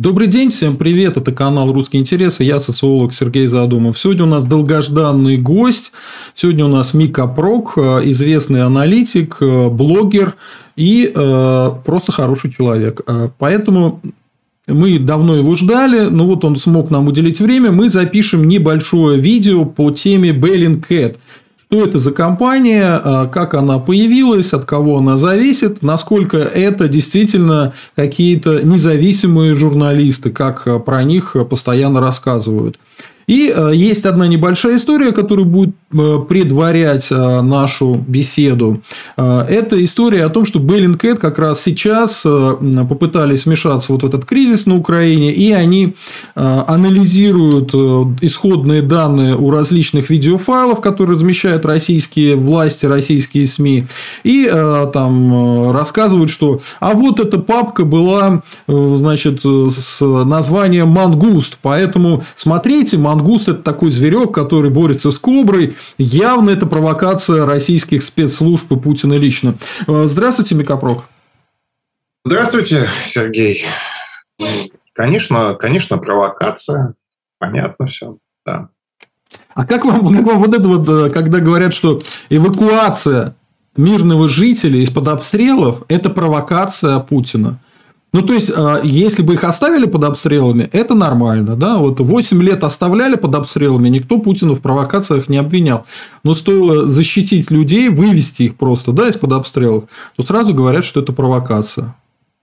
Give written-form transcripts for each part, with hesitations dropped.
Добрый день, всем привет, это канал «Русские интересы», я социолог Сергей Задумов. Сегодня у нас долгожданный гость, сегодня у нас Мика Прок, известный аналитик, блогер и просто хороший человек. Поэтому мы давно его ждали, но вот он смог нам уделить время, мы запишем небольшое видео по теме Bellingcat. Что это за компания, как она появилась, от кого она зависит, насколько это действительно какие-то независимые журналисты, как про них постоянно рассказывают. И есть одна небольшая история, которая будет предварять нашу беседу. Это история о том, что Bellingcat как раз сейчас попытались вмешаться вот в этот кризис на Украине, и они анализируют исходные данные у различных видеофайлов, которые размещают российские власти, российские СМИ, и там рассказывают, что а вот эта папка была, значит, с названием «Мангуст», поэтому смотрите, мангуст – это такой зверек, который борется с коброй. Явно это провокация российских спецслужб и Путина лично. Здравствуйте, Мика Прок. Здравствуйте, Сергей. Конечно, провокация. Понятно все. Да. А как вам вот это вот, когда говорят, что эвакуация мирного жителя из-под обстрелов – это провокация Путина? Ну, то есть, если бы их оставили под обстрелами, это нормально, да, вот 8 лет оставляли под обстрелами, никто Путина в провокациях не обвинял, но стоило защитить людей, вывести их просто, да, из-под обстрелов, то сразу говорят, что это провокация.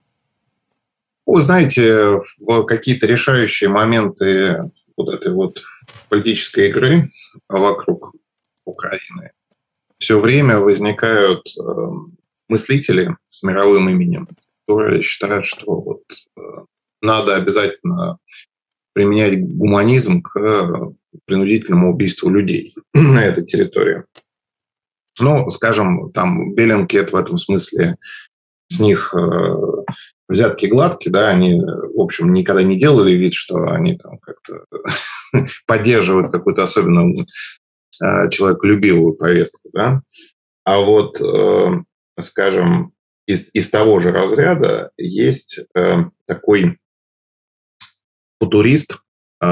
Вы знаете, в какие-то решающие моменты вот этой вот политической игры вокруг Украины все время возникают мыслители с мировым именем, которые считают, что вот надо обязательно применять гуманизм к принудительному убийству людей на этой территории. Ну, скажем, там Bellingcat в этом смысле, с них взятки гладкие, да, они, в общем, никогда не делали вид, что они там как-то поддерживают какую-то особенную человеколюбивую повестку, да. А вот, скажем, из того же разряда есть такой футурист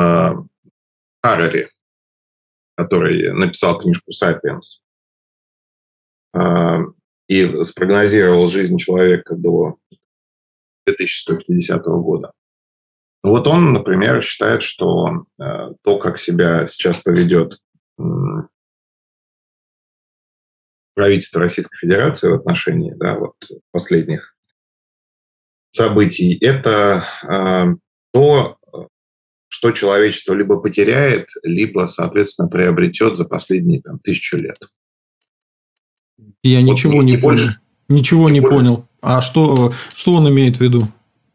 Харари, который написал книжку «Сапиенс» и спрогнозировал жизнь человека до 2150 года. Вот он, например, считает, что то, как себя сейчас поведет правительство Российской Федерации в отношении, да, вот последних событий, это то, что человечество либо потеряет, либо, соответственно, приобретет за последние 1000 лет. Я вот ничего не понял. Ничего не понял. А что он имеет в виду?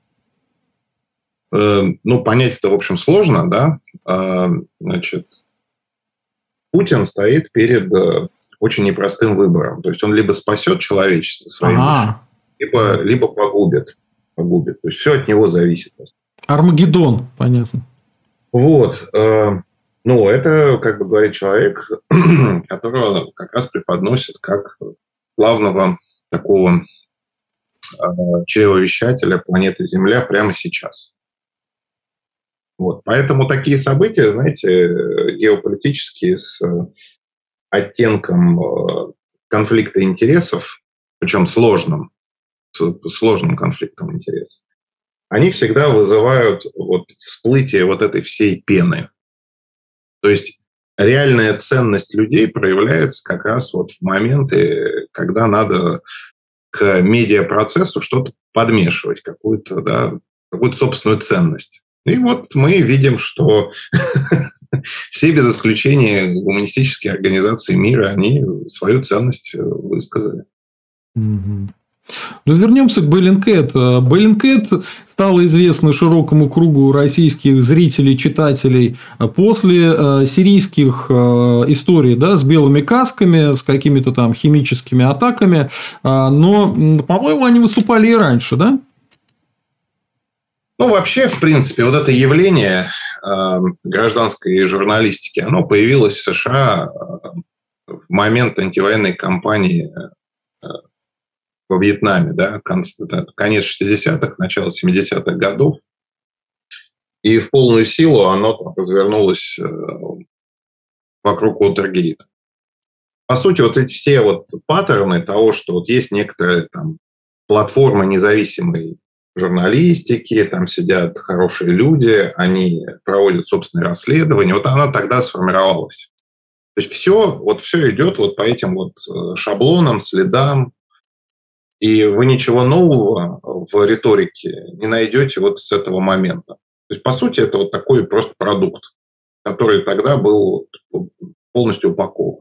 Ну, понять это, в общем, сложно, да. Значит, Путин стоит перед очень непростым выбором. То есть, он либо спасет человечество своим мощью, либо погубит. То есть, все от него зависит. Армагеддон, понятно. Вот. Ну, это, как бы говорит человек, которого как раз преподносит как главного такого чревовещателя планеты Земля прямо сейчас. Вот. Поэтому такие события, знаете, геополитические с оттенком конфликта интересов, причем сложным конфликтом интересов, они всегда вызывают вот всплытие вот этой всей пены. То есть реальная ценность людей проявляется как раз вот в моменты, когда надо к медиапроцессу что-то подмешивать, какую-то собственную ценность. И вот мы видим, что все без исключения гуманистические организации мира, они свою ценность высказали. Но вернемся к Bellingcat. Bellingcat стала известна широкому кругу российских зрителей, читателей после сирийских историй, да, с белыми касками, с какими-то там химическими атаками. Но, по-моему, они выступали и раньше, да? Ну, вообще, в принципе, вот это явление гражданской журналистики, оно появилось в США в момент антивоенной кампании во Вьетнаме, да, конец 60-х, начало 70-х годов. И в полную силу оно там развернулось вокруг Уотергейта. По сути, вот эти все вот паттерны того, что вот есть некоторые там платформы независимой журналистики, там сидят хорошие люди, они проводят собственные расследования, вот она тогда сформировалась. То есть все идет вот по этим вот шаблонам, следам, и вы ничего нового в риторике не найдете вот с этого момента. То есть, по сути, это вот такой просто продукт, который тогда был полностью упакован.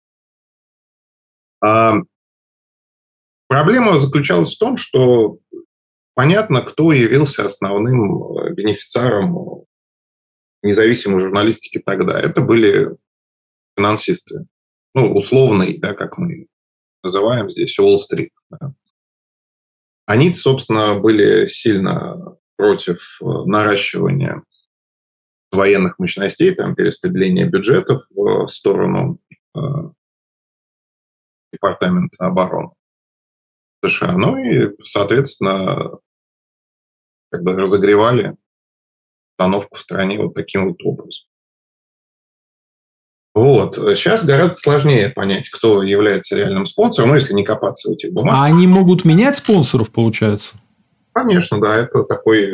А проблема заключалась в том, что понятно, кто явился основным бенефициаром независимой журналистики тогда. Это были финансисты. Ну, условный, да, как мы называем здесь, Уолл-стрит. Да. Они, собственно, были сильно против наращивания военных мощностей, там, перераспределения бюджетов в сторону Департамента обороны США. Ну и, соответственно, как бы разогревали обстановку в стране вот таким вот образом. Вот. Сейчас гораздо сложнее понять, кто является реальным спонсором, ну, если не копаться в этих бумажках. А они могут менять спонсоров, получается? Конечно, да. Это такой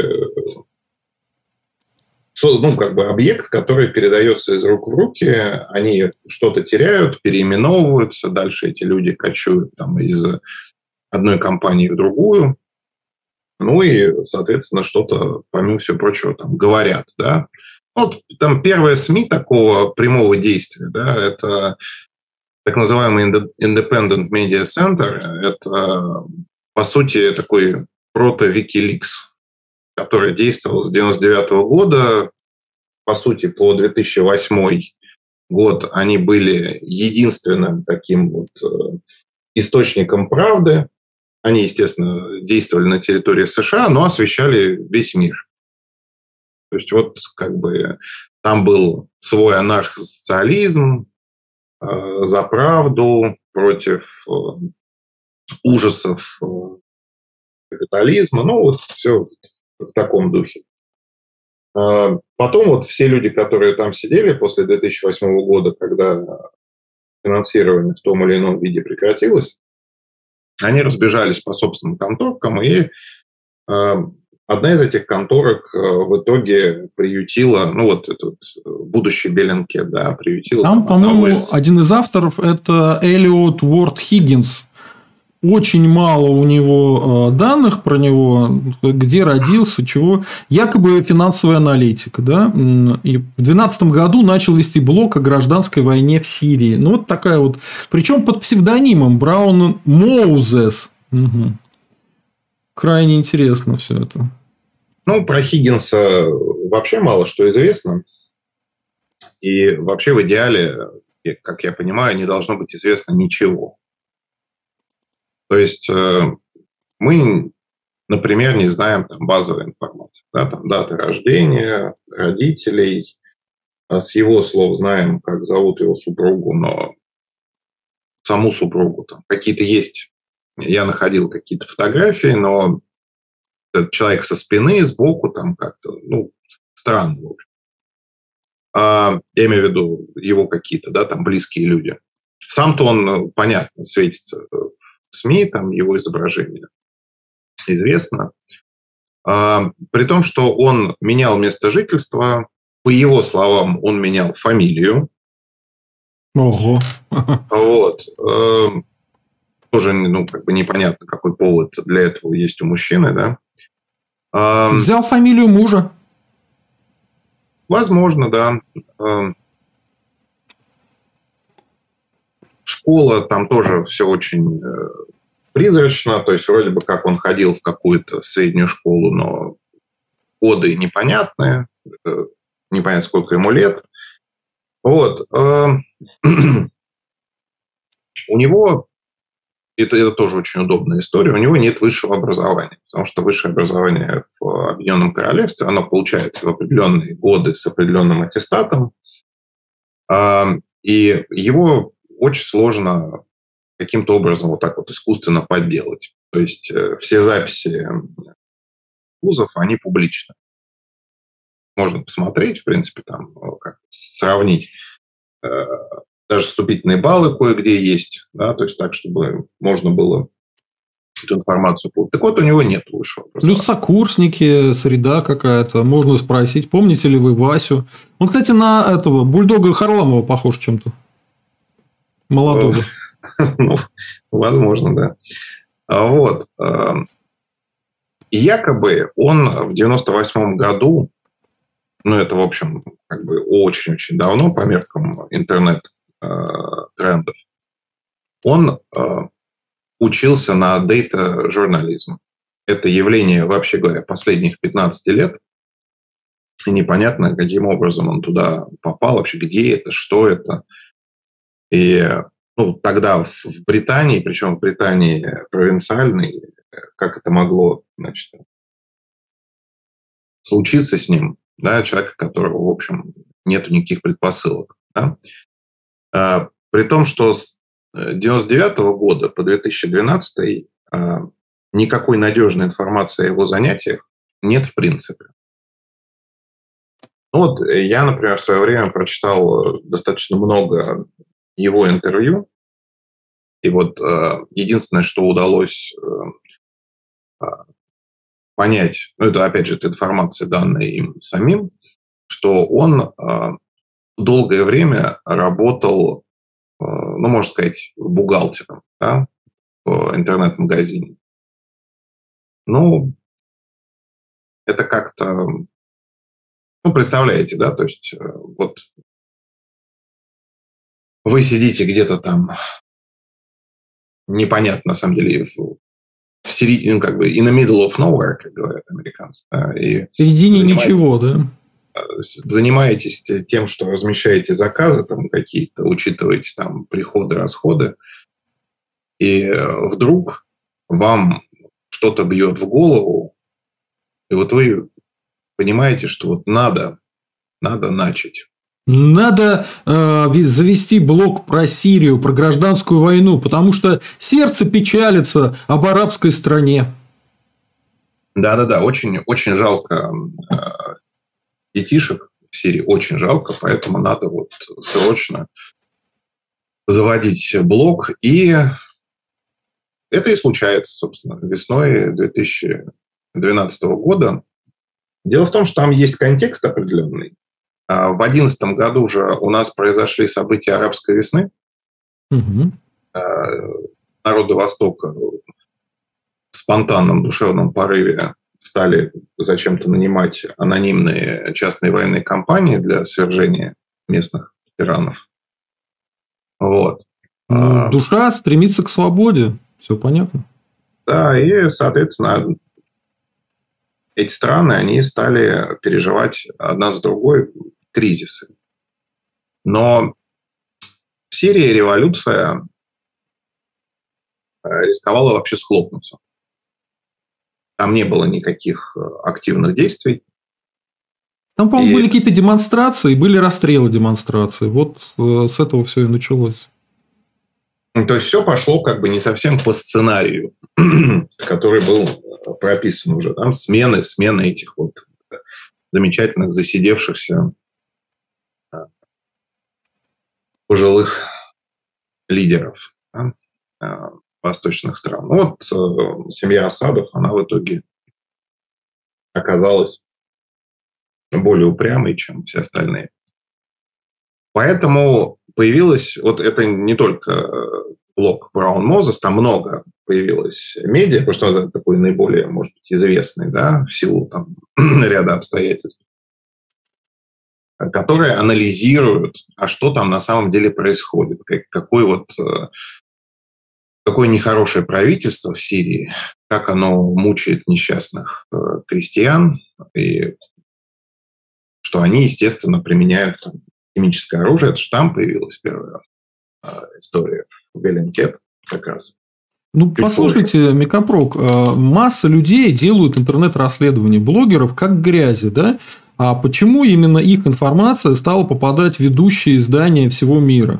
как бы объект, который передается из рук в руки. Они что-то теряют, переименовываются. Дальше эти люди кочуют там, из одной компании в другую. Ну и, соответственно, что-то, помимо всего прочего, там говорят, да. Вот там первые СМИ такого прямого действия, да, это так называемый Independent Media Center, это, по сути, такой прото-Wikileaks, который действовал с 1999 года, по сути, по 2008 год они были единственным таким вот источником правды. Они, естественно, действовали на территории США, но освещали весь мир. То есть вот как бы там был свой анархосоциализм за правду против ужасов капитализма. Ну вот все в таком духе. Потом вот все люди, которые там сидели после 2008 года, когда финансирование в том или ином виде прекратилось, они разбежались по собственным конторкам, и одна из этих конторок в итоге приютила, ну вот этот будущий Беллинкет, да, приютила. Там, по-моему, один из авторов – это Эллиот Уорд Хиггинс. Очень мало у него данных про него, где родился, чего. Якобы финансовый аналитик. Да? И в 2012 году начал вести блог о гражданской войне в Сирии. Ну, вот такая вот. Причем под псевдонимом Браун Моузес. Угу. Крайне интересно все это. Ну, про Хиггинса вообще мало что известно. И вообще в идеале, как я понимаю, не должно быть известно ничего. То есть мы, например, не знаем там базовой информации, да, там даты рождения, родителей. С его слов знаем, как зовут его супругу, но саму супругу там какие-то есть. Я находил какие-то фотографии, но этот человек со спины, сбоку, там как-то, ну, странно, в общем. Я имею в виду его какие-то, да, там близкие люди. Сам-то он, понятно, светится в СМИ, там его изображение известно. При том, что он менял место жительства, по его словам, он менял фамилию. Ого. Вот. Тоже, ну, как бы непонятно, какой повод для этого есть у мужчины, да. Взял фамилию мужа. Возможно, да. Школа, там тоже все очень призрачно, то есть вроде бы как он ходил в какую-то среднюю школу, но годы непонятные, непонятно, сколько ему лет. Вот. У него, это тоже очень удобная история, у него нет высшего образования, потому что высшее образование в Объединенном Королевстве, оно получается в определенные годы с определенным аттестатом, и его очень сложно каким-то образом вот так вот искусственно подделать. То есть все записи вузов, они публичны. можно посмотреть, в принципе, там как сравнить. Даже вступительные баллы кое-где есть, да, то есть так, чтобы можно было эту информацию получить. Так вот, у него нет высшего образования. Плюс сокурсники, среда какая-то, можно спросить, помните ли вы Васю? Он, кстати, на этого бульдога Харламова похож чем-то. Молодого. Ну, возможно, да. Вот. Якобы он в 98 году, ну, это, в общем, как бы очень-очень давно по меркам интернет-трендов, он учился на дейта-журнализм. Это явление, вообще говоря, последних 15 лет. И непонятно, каким образом он туда попал, вообще где это, что это. И тогда в Британии, причем в Британии провинциальной, как это могло, значит, случиться с ним, да, человека, которого, в общем, нету никаких предпосылок. Да? При том, что с 1999 года по 2012 никакой надежной информации о его занятиях нет в принципе. Вот я, например, в свое время прочитал достаточно много его интервью, и вот единственное, что удалось понять, это, опять же, это информация, данная им самим, что он долгое время работал, можно сказать, бухгалтером, да, в интернет-магазине. Это как-то, представляете, да, то есть вот вы сидите где-то там, непонятно, на самом деле, в середине, как бы, in the middle of nowhere, как говорят американцы. Да, и в середине ничего, да? Занимаетесь тем, что размещаете заказы там какие-то, учитываете там приходы, расходы, и вдруг вам что-то бьет в голову, и вот вы понимаете, что вот надо начать. Надо завести блог про Сирию, про гражданскую войну, потому что сердце печалится об арабской стране. Да, очень, очень жалко детишек в Сирии, очень жалко, поэтому надо вот срочно заводить блог. И это и случается, собственно, весной 2012 года. Дело в том, что там есть контекст определенный. В 2011 году уже у нас произошли события арабской весны. Угу. Народы Востока в спонтанном душевном порыве стали зачем-то нанимать анонимные частные военные компании для свержения местных тиранов. Вот. Душа стремится к свободе. Все понятно. Да, и, соответственно, эти страны, они стали переживать одна за другой кризисы. Но в Сирии революция рисковала вообще схлопнуться. Там не было никаких активных действий. Там, по-моему, были какие-то демонстрации, были расстрелы демонстраций. Вот с этого все и началось. То есть все пошло как бы не совсем по сценарию, который был прописан уже. Там смены этих вот замечательных засидевшихся пожилых лидеров, да, восточных стран. Вот семья Асадов, она в итоге оказалась более упрямой, чем все остальные. Поэтому появилось, вот это не только блог Браун Мозес, там много появилось медиа, потому что это такой наиболее, может быть, известный, да, в силу там ряда обстоятельств, которые анализируют, а что там на самом деле происходит, какое нехорошее правительство в Сирии, как оно мучает несчастных крестьян, и что они, естественно, применяют там химическое оружие. Это же там появилась первая история в Беллинкет, как раз. Послушайте, Микопрок, масса людей делают интернет-расследования блогеров как грязи, да? А почему именно их информация стала попадать в ведущие издания всего мира?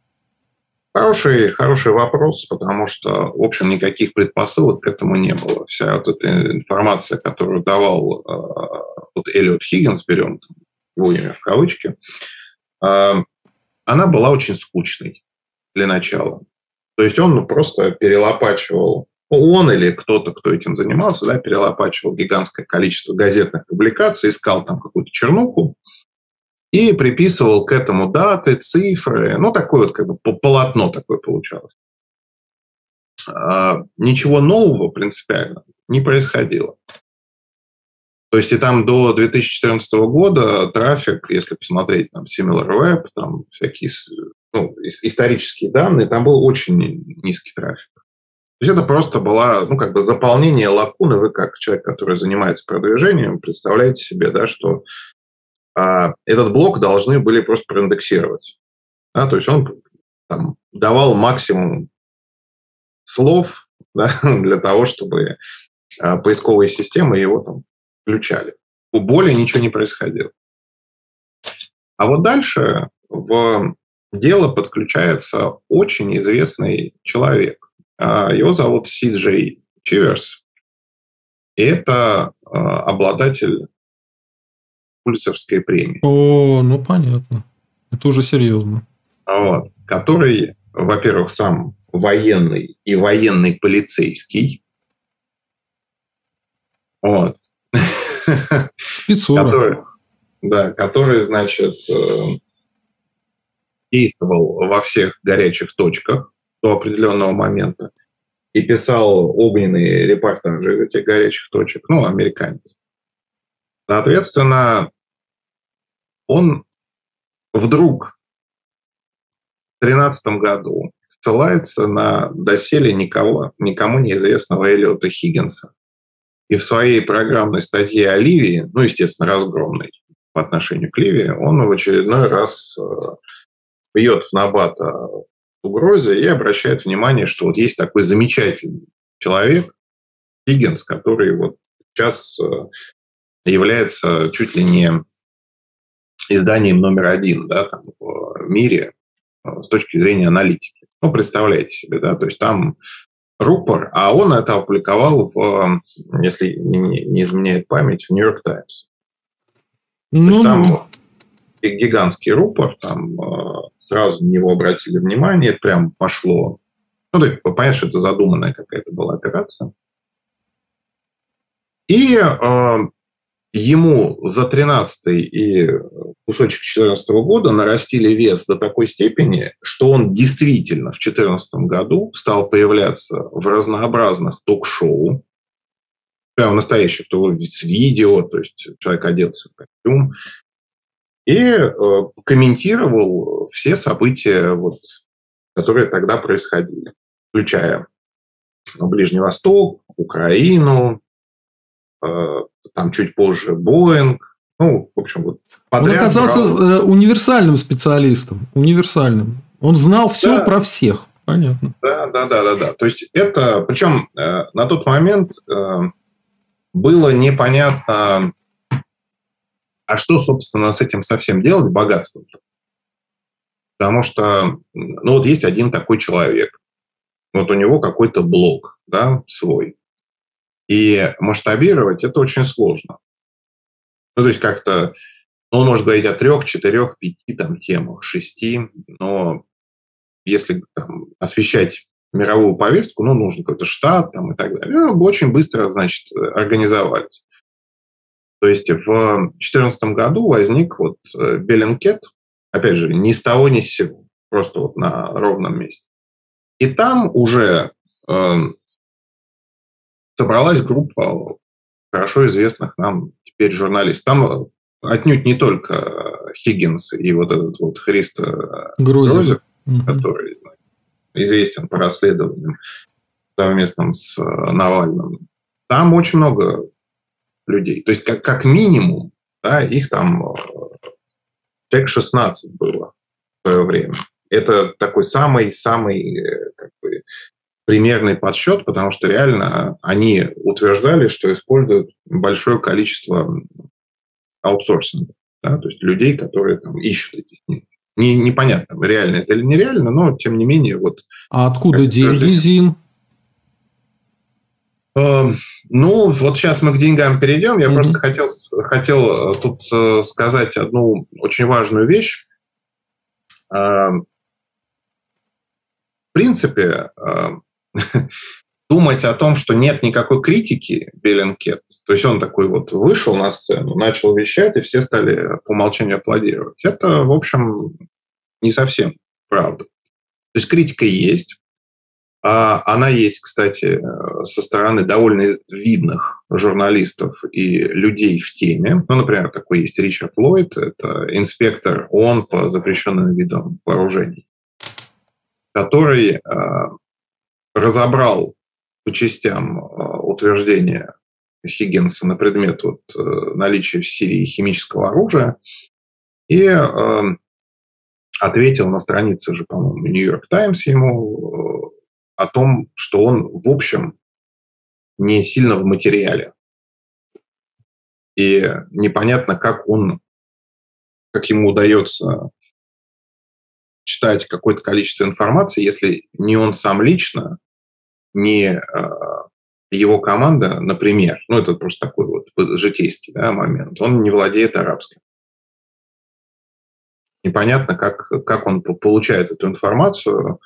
Хороший вопрос, потому что, в общем, никаких предпосылок к этому не было. Вся вот эта информация, которую давал вот Эллиот Хиггинс, берем его имя в кавычки, она была очень скучной для начала. То есть он просто перелопачивал, он или кто-то, кто этим занимался, да, перелопачивал гигантское количество газетных публикаций, искал там какую-то чернуху и приписывал к этому даты, цифры. Ну, такое вот как бы полотно такое получалось. Ничего нового принципиально не происходило. То есть и там до 2014 года трафик, если посмотреть там SimilarWeb, там всякие исторические данные, там был очень низкий трафик. То есть это просто было как бы заполнение лакуны. Вы как человек, который занимается продвижением, представляете себе, да, что этот блок должны были просто проиндексировать. Да, то есть он там давал максимум слов, да, для того, чтобы поисковые системы его там включали. Более ничего не происходило. А вот дальше в дело подключается очень известный человек. Его зовут Си Джей Чиверс. И это обладатель Пулитцеровской премии. О, ну понятно. Это уже серьезно. Вот. Который, во-первых, сам военный и военный полицейский. Вот. Спецура. Который, значит, действовал во всех горячих точках до определенного момента и писал огненные репортажи из этих горячих точек, американец. Соответственно, он вдруг в 2013 году ссылается на доселе никому неизвестного Эллиота Хиггинса. И в своей программной статье о Ливии, естественно, разгромной по отношению к Ливии, он в очередной раз бьет в набат о угрозе и обращает внимание, что вот есть такой замечательный человек, Хиггинс, который вот сейчас является чуть ли не изданием номер 1, да, там, в мире с точки зрения аналитики. Представляете себе, да, то есть там рупор, а он это опубликовал если не изменяет память, в Нью-Йорк Таймс. Там гигантский рупор, там сразу на него обратили внимание, это прям пошло. Понятно, что это задуманная какая-то была операция. И ему за 13-й и кусочек 14 года нарастили вес до такой степени, что он действительно в 2014 году стал появляться в разнообразных ток-шоу, прямо настоящих, с видео, то есть человек оделся в костюм, и комментировал все события, которые тогда происходили, включая Ближний Восток, Украину, там чуть позже Боинг. В общем, подряд. Он оказался универсальным специалистом. Универсальным. Он знал все про всех. Понятно. Да. То есть это... Причем на тот момент было непонятно, а что, собственно, с этим совсем делать, богатством-то. Потому что, есть один такой человек. У него какой-то блог, да, свой. И масштабировать это очень сложно. То есть как-то, он может говорить о 3, 4, 5 темах, 6, но если освещать мировую повестку, нужен какой-то штат и так далее. Очень быстро, организовались. То есть в 2014 году возник Bellingcat, опять же, ни с того ни с сего, просто на ровном месте. И там уже собралась группа хорошо известных нам теперь журналистов. Там отнюдь не только Хиггинс и этот Христо Грозев, который известен по расследованиям совместным с Навальным. Там очень много людей. То есть, как минимум, да, их там человек 16 было в свое время. Это такой самый-самый примерный подсчет, потому что реально они утверждали, что используют большое количество аутсорсинга. Да, то есть людей, которые ищут эти снимки. Непонятно, реально это или нереально, но тем не менее... А откуда деньги, Зин? Ну, вот сейчас мы к деньгам перейдем. Я просто хотел тут сказать одну очень важную вещь. В принципе, думать о том, что нет никакой критики Bellingcat, то есть он такой вот вышел на сцену, начал вещать, и все стали по умолчанию аплодировать. Это, в общем, не совсем правда. То есть критика есть. Она есть, кстати, со стороны довольно видных журналистов и людей в теме. Ну, например, такой есть Ричард Ллойд, это инспектор ООН по запрещенным видам вооружений, который разобрал по частям утверждения Хиггинса на предмет наличия в Сирии химического оружия и ответил на странице же, по-моему, Нью-Йорк Таймс ему о том, что он, в общем, не сильно в материале. И непонятно, как ему удается читать какое-то количество информации, если не он сам лично, не его команда, например, ну, это просто такой вот житейский, да, момент, он не владеет арабским. Непонятно, как он получает эту информацию,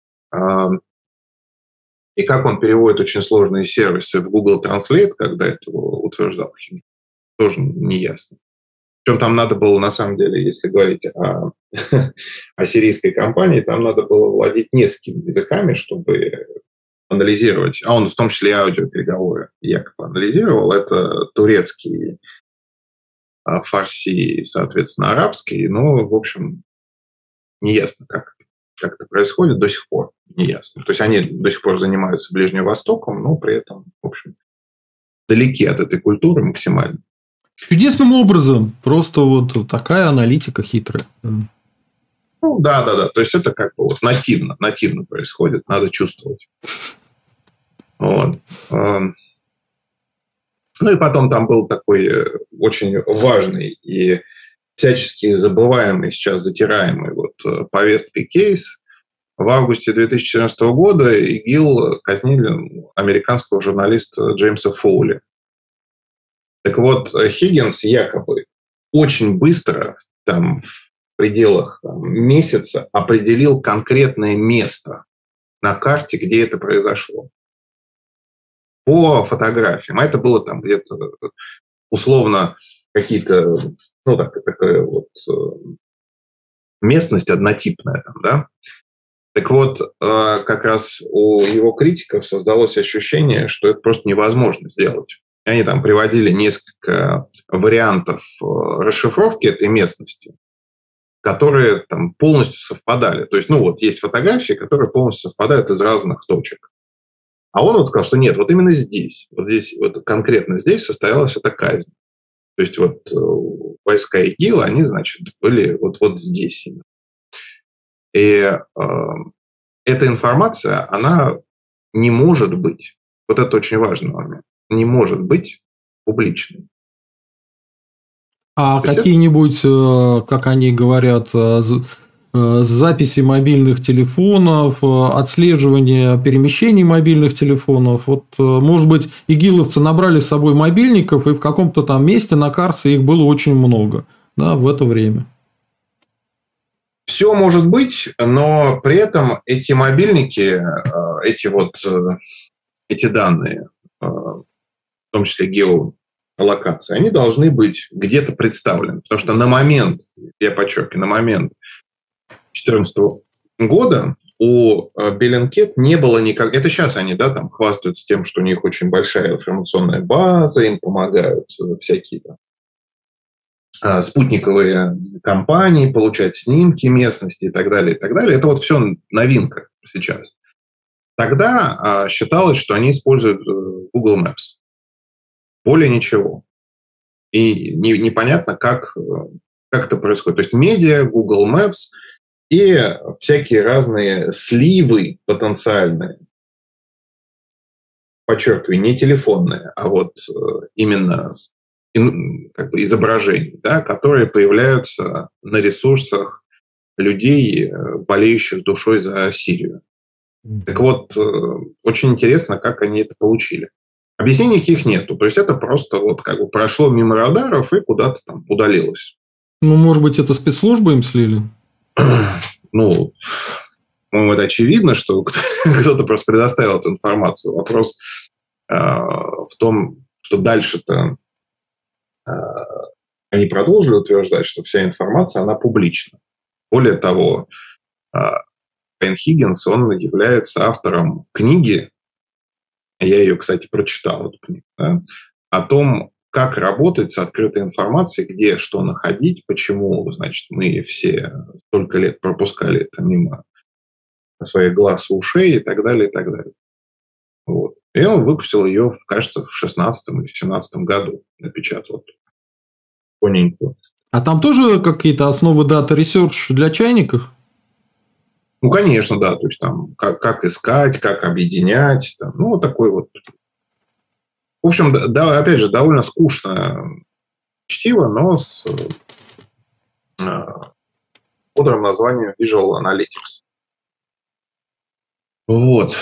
и как он переводит очень сложные сервисы в Google Translate, когда это утверждал Хиггинс, тоже не ясно. Причем там надо было, на самом деле, если говорить о сирийской компании, там надо было владеть несколькими языками, чтобы анализировать, а он в том числе и аудиопереговоры якобы анализировал, это турецкий, фарси, соответственно, арабский, ну, в общем, неясно, как это происходит, до сих пор неясно. То есть они до сих пор занимаются Ближним Востоком, но при этом, в общем, далеки от этой культуры максимально. Чудесным образом. Просто вот такая аналитика хитрая. Ну, да. То есть это как бы вот нативно происходит, надо чувствовать. Вот. Ну и потом там был такой очень важный и всячески забываемый, сейчас затираемый повесткой кейс. В августе 2014 года ИГИЛ казнили американского журналиста Джеймса Фоули. Так вот, Хиггинс якобы очень быстро, там, в пределах месяца, определил конкретное место на карте, где это произошло. По фотографиям. А это было там где-то условно какие-то, ну, такая вот местность однотипная там, да. Так вот, как раз у его критиков создалось ощущение, что это просто невозможно сделать. И они там приводили несколько вариантов расшифровки этой местности, которые там полностью совпадали. То есть, ну, вот есть фотографии, которые полностью совпадают из разных точек. А он вот сказал, что нет, вот именно здесь, вот конкретно здесь состоялась эта казнь. То есть вот войска ИГИЛа, они, значит, были вот здесь. И эта информация, она не может быть, вот это очень важный момент, не может быть публичной. А какие-нибудь, как они говорят, записи мобильных телефонов, отслеживание перемещений мобильных телефонов. Вот, может быть, игиловцы набрали с собой мобильников, и в каком-то там месте на карте их было очень много, да, в это время. Все может быть, но при этом эти мобильники, эти данные, в том числе геолокации, они должны быть где-то представлены. Потому что на момент, я подчеркиваю, на момент 2014 года у Bellingcat не было никак. Это сейчас они, да, там хвастаются тем, что у них очень большая информационная база, им помогают всякие спутниковые компании получать снимки местности и так далее, и так далее. Это вот все новинка сейчас. Тогда считалось, что они используют Google Maps. Более ничего. И непонятно, как это происходит. То есть медиа, Google Maps и всякие разные сливы потенциальные, подчеркиваю, не телефонные, а вот именно как бы изображений, да, которые появляются на ресурсах людей, болеющих душой за Сирию. Так вот, очень интересно, как они это получили. Объяснений никаких нету. То есть это просто вот как бы прошло мимо радаров и куда-то там удалилось. Ну, может быть, это спецслужбы им слили? Ну, по-моему, это очевидно, что кто-то просто предоставил эту информацию. Вопрос в том, что дальше-то они продолжили утверждать, что вся информация, она публична. Более того, Бен Хиггинс, он является автором книги, я ее, кстати, прочитал, эту книгу, да, о том, как работать с открытой информацией, где что находить, почему, значит, мы все столько лет пропускали это мимо своих глаз и ушей и так далее, и так далее. Вот. И он выпустил ее, кажется, в 16 или 17 году, напечатал тоненькую. А там тоже какие-то основы дата ресерч для чайников? Ну, конечно, да. То есть, там, как искать, как объединять. Там, ну, вот такой вот. В общем, да, опять же, довольно скучно чтиво, но с бодрым названием Visual Analytics. Вот.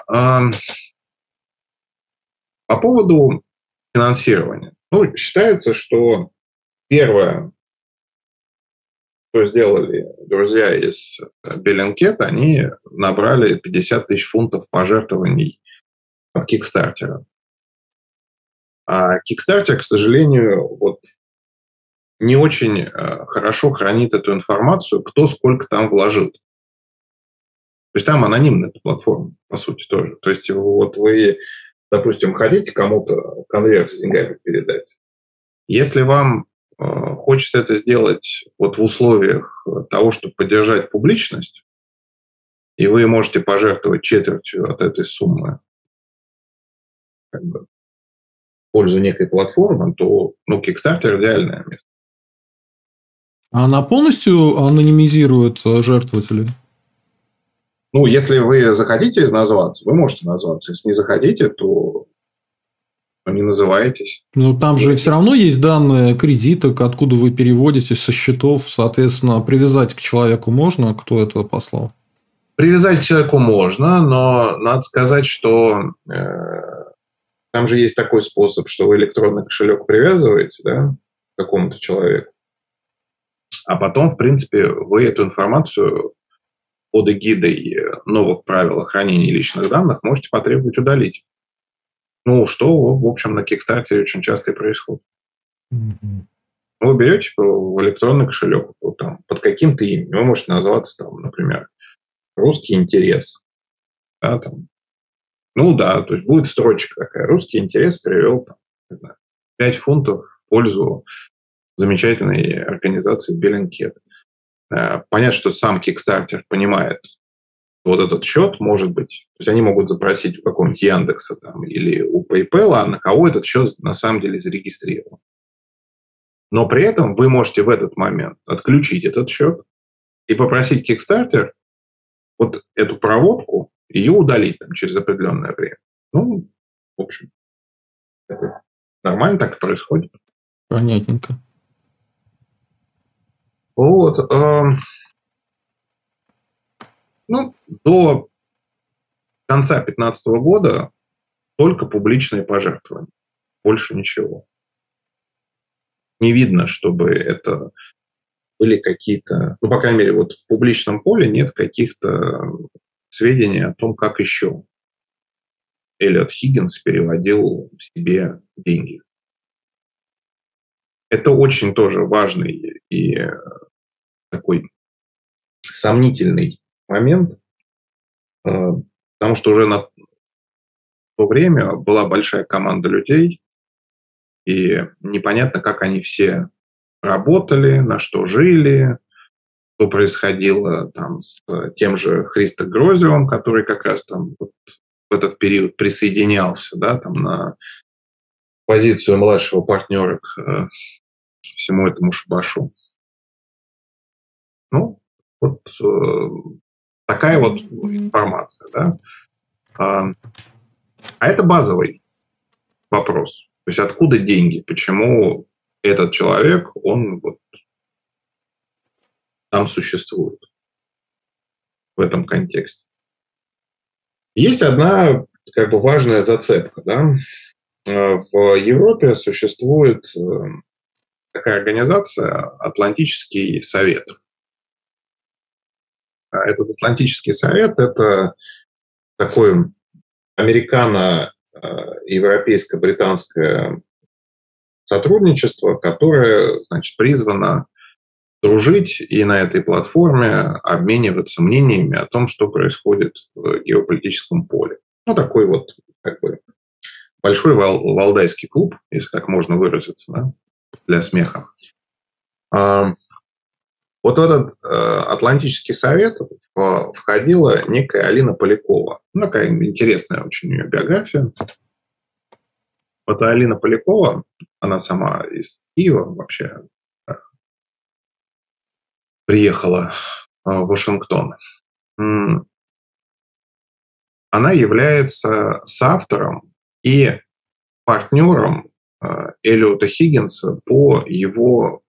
По поводу финансирования. Ну, считается, что первое, что сделали друзья из Bellingcat, они набрали 50 тысяч фунтов пожертвований от Кикстартера. А Kickstarter, к сожалению, вот не очень хорошо хранит эту информацию, кто сколько там вложил. То есть там анонимная эта платформа, по сути, тоже. То есть вот вы, допустим, хотите кому-то конверт с деньгами передать. Если вам хочется это сделать вот в условиях того, чтобы поддержать публичность, и вы можете пожертвовать четвертью от этой суммы как бы, в пользу некой платформы, то Kickstarter идеальное место. А она полностью анонимизирует жертвователей? Ну, если вы захотите назваться, вы можете назваться. Если не захотите, то не называетесь. Ну, там же все равно есть данные кредиток, откуда вы переводите со счетов, соответственно, привязать к человеку можно, кто это послал? Привязать к человеку можно, но надо сказать, что там же есть такой способ, что вы электронный кошелек привязываете, да, к какому-то человеку, а потом, в принципе, вы эту информацию под эгидой новых правил хранения личных данных можете потребовать удалить. Ну, что, в общем, на Kickstarter очень часто и происходит. Mm-hmm. Вы берете в электронный кошелек там, под каким-то именем. Вы можете называться, там, например, «Русский интерес». Да, там. Ну да, то есть будет строчка такая. «Русский интерес перевел там, не знаю, 5 фунтов в пользу замечательной организации Bellingcat». Понятно, что сам Kickstarter понимает, вот этот счет может быть, то есть они могут запросить у какого-нибудь Яндекса там, или у PayPal, на кого этот счет на самом деле зарегистрирован. Но при этом вы можете в этот момент отключить этот счет и попросить Kickstarter вот эту проводку, ее удалить там, через определенное время. Ну, в общем, это нормально так и происходит. Понятненько. Вот. Ну, до конца 2015 года только публичные пожертвования. Больше ничего. Не видно, чтобы это были какие-то... Ну, по крайней мере, вот в публичном поле нет каких-то сведений о том, как еще Эллиот Хиггинс переводил себе деньги. Это очень тоже важный и такой сомнительный момент, потому что уже на то время была большая команда людей, и непонятно, как они все работали, на что жили, что происходило там с тем же Христо Грозевым, который как раз там вот в этот период присоединялся, да, там на позицию младшего партнера к всему этому шабашу. Ну, вот такая вот информация, да. А это базовый вопрос. То есть откуда деньги? Почему этот человек, он вот там существует в этом контексте? Есть одна как бы важная зацепка, да. в Европе существует такая организация Атлантический совет. Этот Атлантический совет – это такое американо-европейско-британское сотрудничество, которое, значит, призвано дружить и на этой платформе обмениваться мнениями о том, что происходит в геополитическом поле. Ну, такой вот как бы большой валдайский клуб, если так можно выразиться, да, для смеха. Вот в этот Атлантический совет входила некая Алина Полякова. Ну, такая интересная очень у нее биография. Вот Алина Полякова, она сама из Киева вообще приехала в Вашингтон. Она является соавтором и партнером Эллиота Хиггинса по его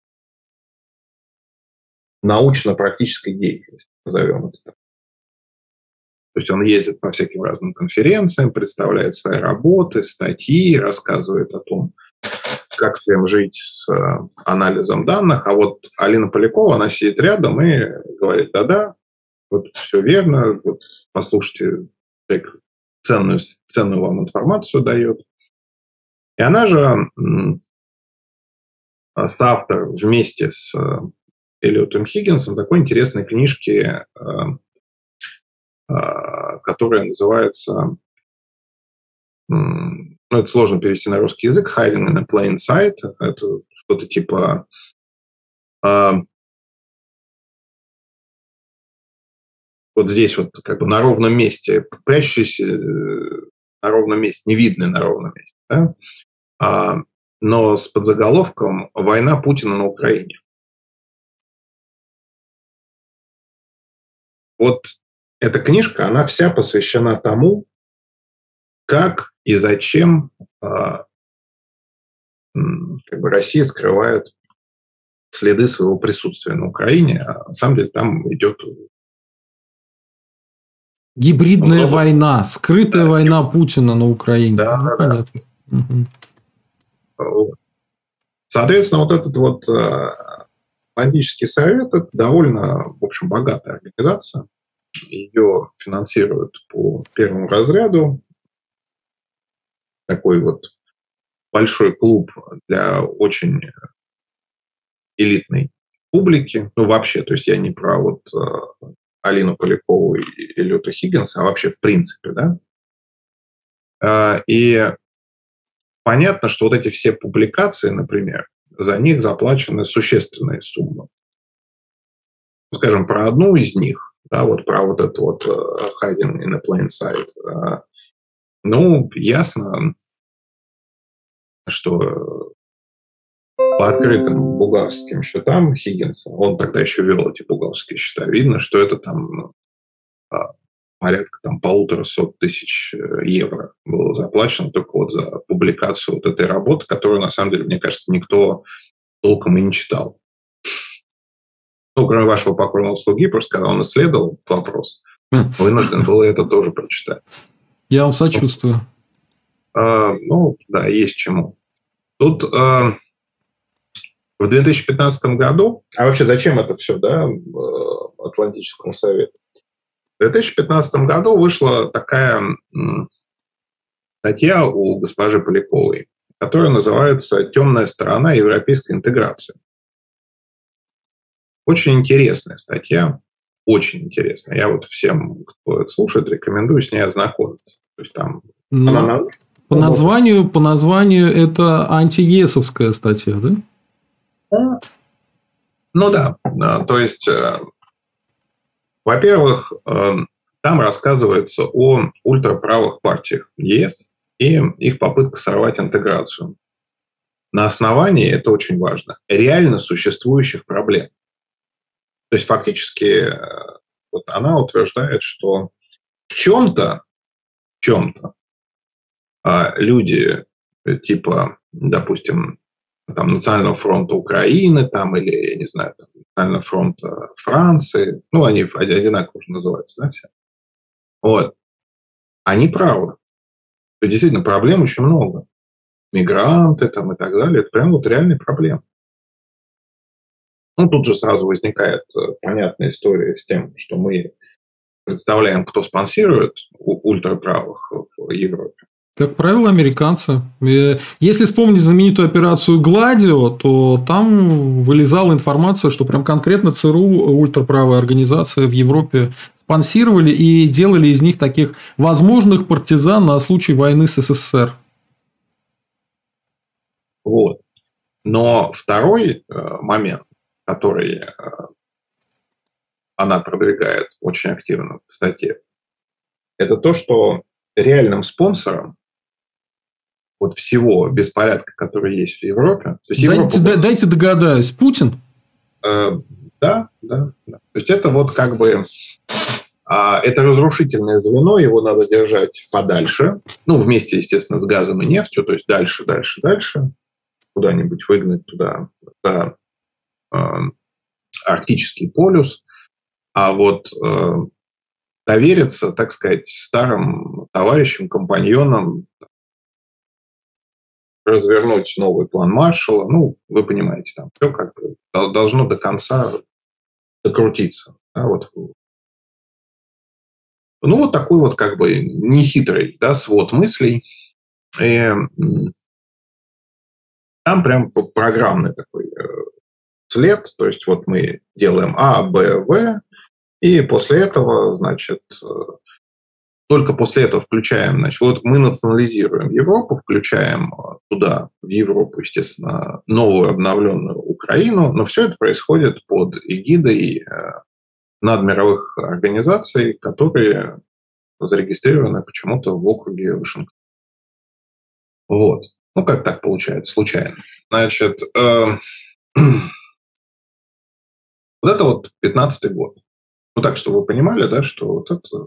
научно-практической деятельности, назовем это так. То есть он ездит по всяким разным конференциям, представляет свои работы, статьи, рассказывает о том, как всем жить с анализом данных. А вот Алина Полякова, она сидит рядом и говорит: да-да, вот все верно, вот послушайте, человек ценную вам информацию дает. И она же соавтор вместе с Эллиотом Хиггинсом такой интересной книжки, которая называется, ну, это сложно перевести на русский язык, «Hiding in a Plain Sight». Это что-то типа вот здесь вот как бы на ровном месте, прячущийся на ровном месте, невидный на ровном месте, да? Но с подзаголовком «Война Путина на Украине». Вот эта книжка, она вся посвящена тому, как и зачем как бы Россия скрывает следы своего присутствия на Украине. А на самом деле там идет гибридная война, скрытая война Путина на Украине. Да, ну, да, понятно. Угу. Соответственно, вот этот вот Атлантический совет – это довольно, в общем, богатая организация. Ее финансируют по первому разряду. Такой вот большой клуб для очень элитной публики. Ну, вообще, то есть я не про вот Алину Полякову и Эллиота Хиггинса, а вообще в принципе, да. И понятно, что вот эти все публикации, например, за них заплачены существенные суммы. Ну, скажем, про одну из них, да, вот про вот это вот «Hiding in a Plain Sight», ну, ясно, что по открытым бухгалтерским счетам Хиггинса, он тогда еще вел эти бухгалтерские счета, видно, что это там порядка там 150 тысяч евро было заплачено только вот за публикацию вот этой работы, которую, на самом деле, мне кажется, никто толком и не читал. Ну, кроме вашего покорного слуги, просто когда он исследовал этот вопрос, вынужден был это тоже прочитать. Я вам сочувствую. Ну, да, есть чему. Тут в 2015 году, а вообще зачем это все, да, Атлантическому совету? В 2015 году вышла такая статья у госпожи Поляковой, которая называется «Темная сторона европейской интеграции». Очень интересная статья, очень интересная. Я вот всем, кто это слушает, рекомендую с ней ознакомиться. То есть там по названию это антиесовская статья, да? Ну да, то есть, во-первых, там рассказывается о ультраправых партиях ЕС и их попытках сорвать интеграцию. На основании, это очень важно, реально существующих проблем. То есть фактически вот она утверждает, что в чем-то люди типа, допустим, там, Национального фронта Украины там, или, я не знаю, там, Национального фронта Франции, ну, они одинаково уже называются, да, все. Вот. Они правы. То есть, действительно, проблем очень много. Мигранты там и так далее. Это прям вот реальные проблемы. Ну, тут же сразу возникает понятная история с тем, что мы представляем, кто спонсирует ультраправых в Европе. Как правило, американцы. Если вспомнить знаменитую операцию «Гладио», то там вылезала информация, что прям конкретно ЦРУ, ультраправая организация в Европе, спонсировали и делали из них таких возможных партизан на случай войны с СССР. Вот. Но второй момент, который она продвигает очень активно в статье, это то, что реальным спонсором вот всего беспорядка, который есть в Европе... То есть дайте догадаюсь. Путин? Да. То есть это вот как бы... Это разрушительное звено, его надо держать подальше. Ну, вместе, естественно, с газом и нефтью. То есть дальше. Куда-нибудь выгнать туда, за Арктический полюс. А вот довериться, так сказать, старым товарищам, компаньонам, развернуть новый план Маршалла. Ну, вы понимаете, там все как бы должно до конца докрутиться. Да, вот. Ну, вот такой вот как бы нехитрый, да, свод мыслей. И там прям программный такой след. То есть вот мы делаем А, Б, В, и после этого, значит, только после этого включаем, значит, вот мы национализируем Европу, включаем туда, в Европу, естественно, новую обновленную Украину, но все это происходит под эгидой надмировых организаций, которые зарегистрированы почему-то в округе Вашингтон. Вот. Ну, как так получается, случайно. Значит, вот это вот 15-й год. Ну, так, чтобы вы понимали, да, что вот это...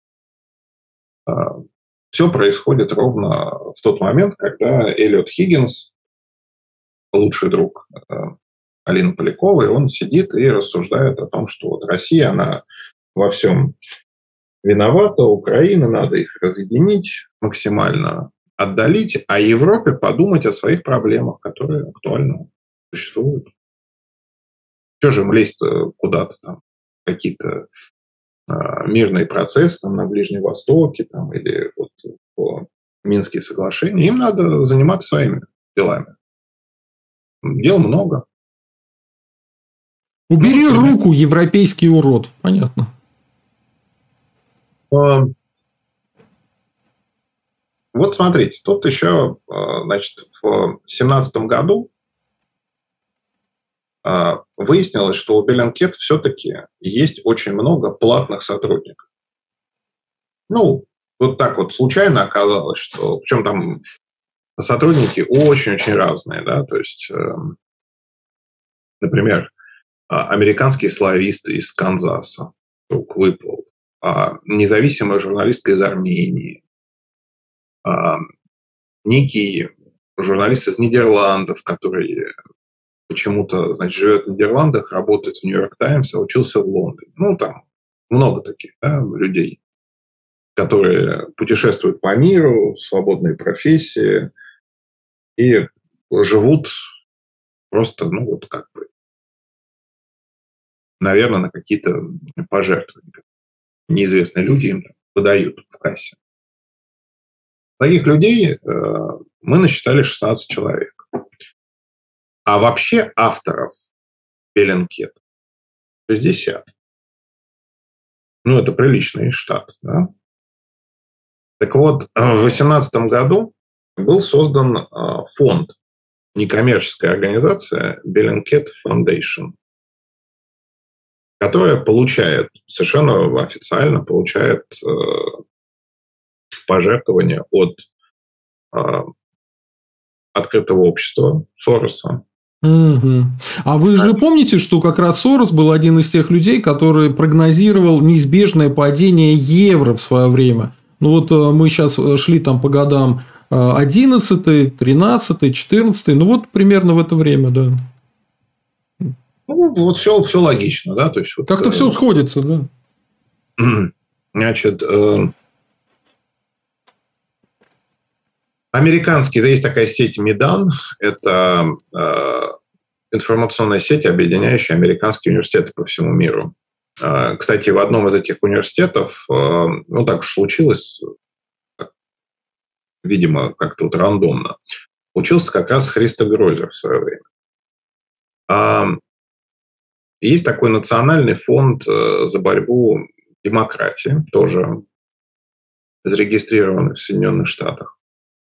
Все происходит ровно в тот момент, когда Эллиот Хиггинс, лучший друг Алины Поляковой, он сидит и рассуждает о том, что вот Россия, она во всем виновата, Украина, надо их разъединить, максимально отдалить, а Европе подумать о своих проблемах, которые актуально существуют. Что же им лезть куда-то там, какие-то мирные процессы там, на Ближнем Востоке там, или вот, по Минские соглашения, им надо заниматься своими делами. Дел много. Убери руку, европейский урод. Понятно. Вот смотрите, тут еще, значит, в 2017 году выяснилось, что у Bellingcat все-таки есть очень много платных сотрудников. Ну, вот так вот случайно оказалось, что... Причем там сотрудники очень-очень разные, да, то есть, например, американский славист из Канзаса вдруг выплыл, независимая журналистка из Армении, некий журналист из Нидерландов, который почему-то, значит, живет в Нидерландах, работает в Нью-Йорк Таймс, а учился в Лондоне. Ну, там много таких, да, людей, которые путешествуют по миру, свободные профессии и живут просто, ну, вот как бы, наверное, на какие-то пожертвования. Неизвестные люди им подают в кассе. Таких людей мы насчитали 16 человек. А вообще авторов Bellingcat 60. Ну, это приличный штат, да? Так вот, в 2018 году был создан фонд, некоммерческая организация Bellingcat Foundation, которая получает, совершенно официально получает пожертвования от открытого общества Сороса. Угу. А вы же помните, что как раз Сорос был один из тех людей, который прогнозировал неизбежное падение евро в свое время. Ну вот мы сейчас шли там по годам 11, 13, 14, ну вот примерно в это время, да. Ну, вот все логично, да. То есть, вот, как-то все сходится, да. Значит, Американский, да, есть такая сеть Медан, это информационная сеть, объединяющая американские университеты по всему миру. Кстати, в одном из этих университетов, ну так уж случилось, видимо, как-то вот рандомно, учился как раз Христо Грозер в свое время. Есть такой национальный фонд за борьбу демократии, тоже зарегистрированный в Соединенных Штатах.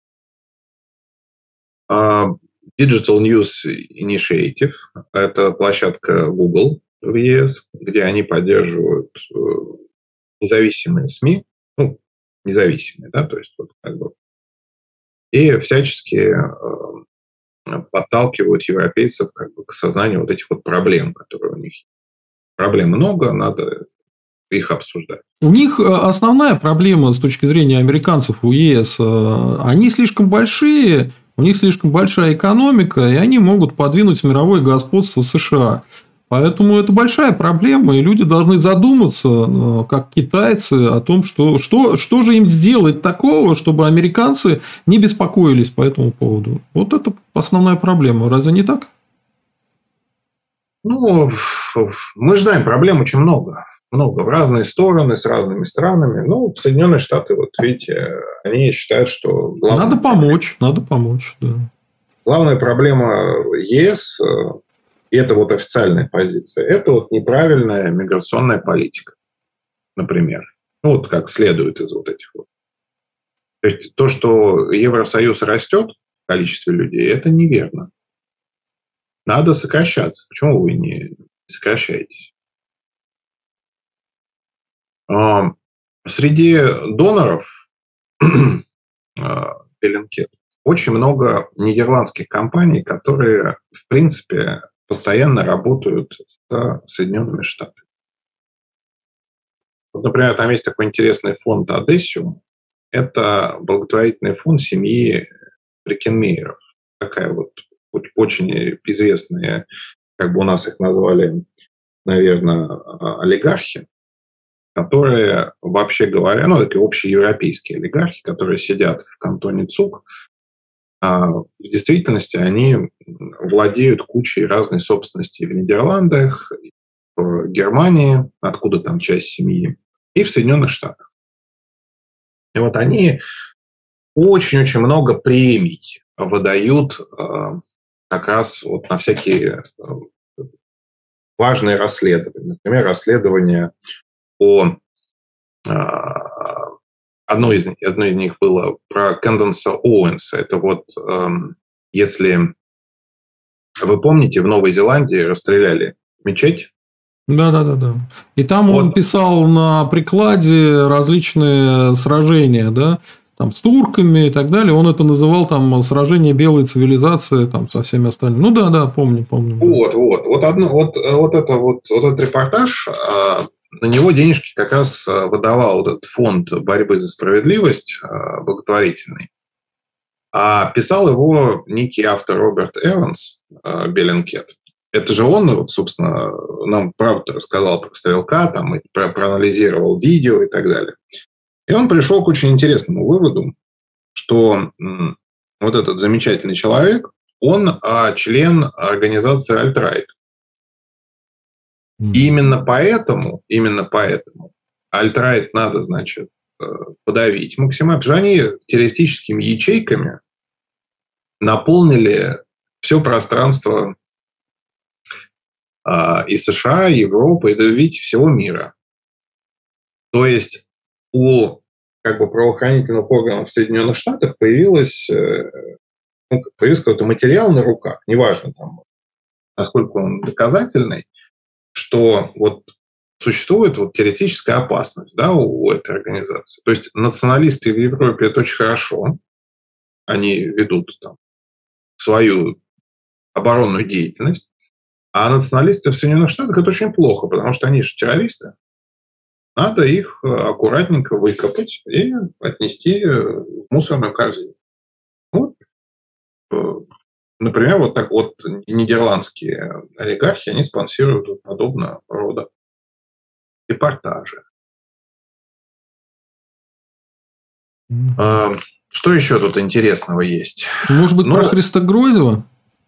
Digital News Initiative – это площадка Google в ЕС, где они поддерживают независимые СМИ, ну, независимые, да, то есть вот как бы, и всячески подталкивают европейцев как бы к осознанию вот этих вот проблем, которые у них есть. Проблем много, надо их обсуждать. У них основная проблема с точки зрения американцев у ЕС, они слишком большие, у них слишком большая экономика, и они могут подвинуть мировое господство США. Поэтому это большая проблема, и люди должны задуматься, как китайцы, о том, что же им сделать такого, чтобы американцы не беспокоились по этому поводу. Вот это основная проблема. Разве не так? Ну, мы же знаем, проблем очень много. Много в разные стороны, с разными странами. Ну, Соединенные Штаты, вот видите, они считают, что... Надо помочь, да. Главная проблема ЕС, и это вот официальная позиция, это вот неправильная миграционная политика, например. Ну, вот как следует из вот этих вот. То есть то, что Евросоюз растет в количестве людей, это неверно. Надо сокращаться. Почему вы не сокращаетесь? Среди доноров Bellingcat очень много нидерландских компаний, которые, в принципе, постоянно работают с Соединенными Штатами. Вот, например, там есть такой интересный фонд Adessium. Это благотворительный фонд семьи Брикенмейеров. Такая вот очень известная, как бы у нас их назвали, наверное, олигархи, которые, вообще говоря, ну, такие общеевропейские олигархи, которые сидят в кантоне ЦУГ, а в действительности они владеют кучей разной собственности в Нидерландах, в Германии, откуда там часть семьи, и в Соединенных Штатах. И вот они очень-очень много премий выдают как раз вот на всякие важные расследования. Например, расследование по... Одно из них было про Кэнденса Оуэнса. Это вот, если вы помните, в Новой Зеландии расстреляли мечеть. Да. И там вот. Он писал на прикладе различные сражения, да, там с турками и так далее. Он это называл там сражение белой цивилизации там со всеми остальными. Ну да, помню. Вот этот репортаж. На него денежки как раз выдавал вот этот фонд борьбы за справедливость благотворительный. А писал его некий автор Роберт Эванс, Bellingcat. Это же он, вот, собственно, нам правду рассказал про стрелка, там, и проанализировал видео и так далее. И он пришел к очень интересному выводу, что вот этот замечательный человек, он член организации Alt-Right. И именно поэтому Alt-Right надо, значит, подавить максимально, потому что они террористическими ячейками наполнили все пространство и США, и Европы, и, да, видите, всего мира. То есть у как бы правоохранительных органов в Соединенных Штатах появился какой-то материал на руках, неважно, там, насколько он доказательный, что вот существует вот теоретическая опасность, да, у этой организации. То есть националисты в Европе – это очень хорошо. Они ведут там свою оборонную деятельность. А националисты в Соединенных Штатах – это очень плохо, потому что они же террористы. Надо их аккуратненько выкопать и отнести в мусорную корзину. Вот. Например, вот так вот нидерландские олигархи, они спонсируют подобного рода репортажи. Что еще тут интересного есть? Может быть, про Христа Грозева?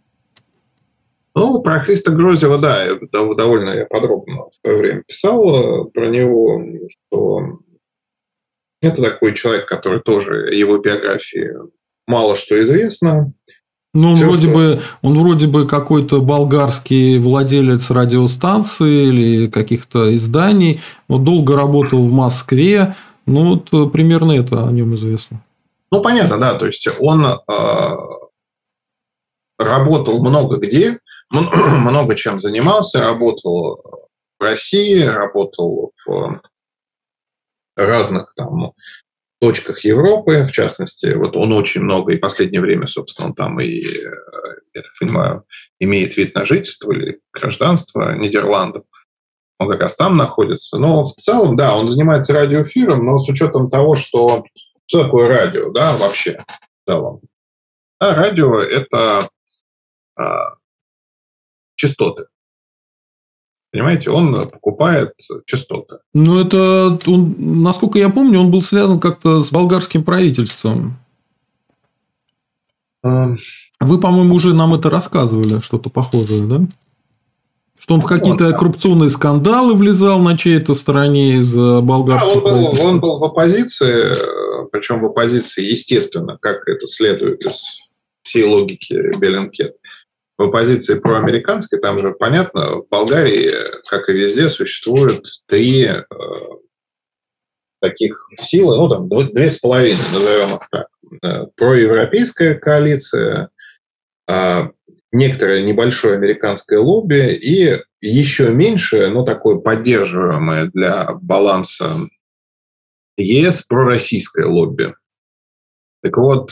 Ну, про Христа Грозева, да, довольно я подробно в свое время писал про него, что это такой человек, который тоже, его биографии мало что известно. Ну, он вроде бы какой-то болгарский владелец радиостанции или каких-то изданий. Вот долго работал в Москве. Ну, вот примерно это о нем известно. Ну, понятно, да. То есть он работал много где, много чем занимался, работал в России, работал в разных там точках Европы, в частности, вот он очень много, и в последнее время, собственно, он там и, я так понимаю, имеет вид на жительство или гражданство Нидерландов, он как раз там находится. Но в целом, да, он занимается радиоэфиром, но с учетом того, что такое радио, да, вообще в целом. Да, радио – это частоты. Понимаете, он покупает частоты. Ну, это, насколько я помню, он был связан как-то с болгарским правительством. Вы, по-моему, уже нам это рассказывали, что-то похожее, да? Что он в какие-то коррупционные скандалы влезал на чьей-то стороне из болгарского правительства. Он был в оппозиции, причем в оппозиции, естественно, как это следует из всей логики Беллинкет. В оппозиции проамериканской, там же, понятно, в Болгарии, как и везде, существует 3 таких силы, ну, там, 2,5, назовем их так. Проевропейская коалиция, некоторое небольшое американское лобби и еще меньшее, но такое поддерживаемое для баланса ЕС пророссийское лобби. Так вот,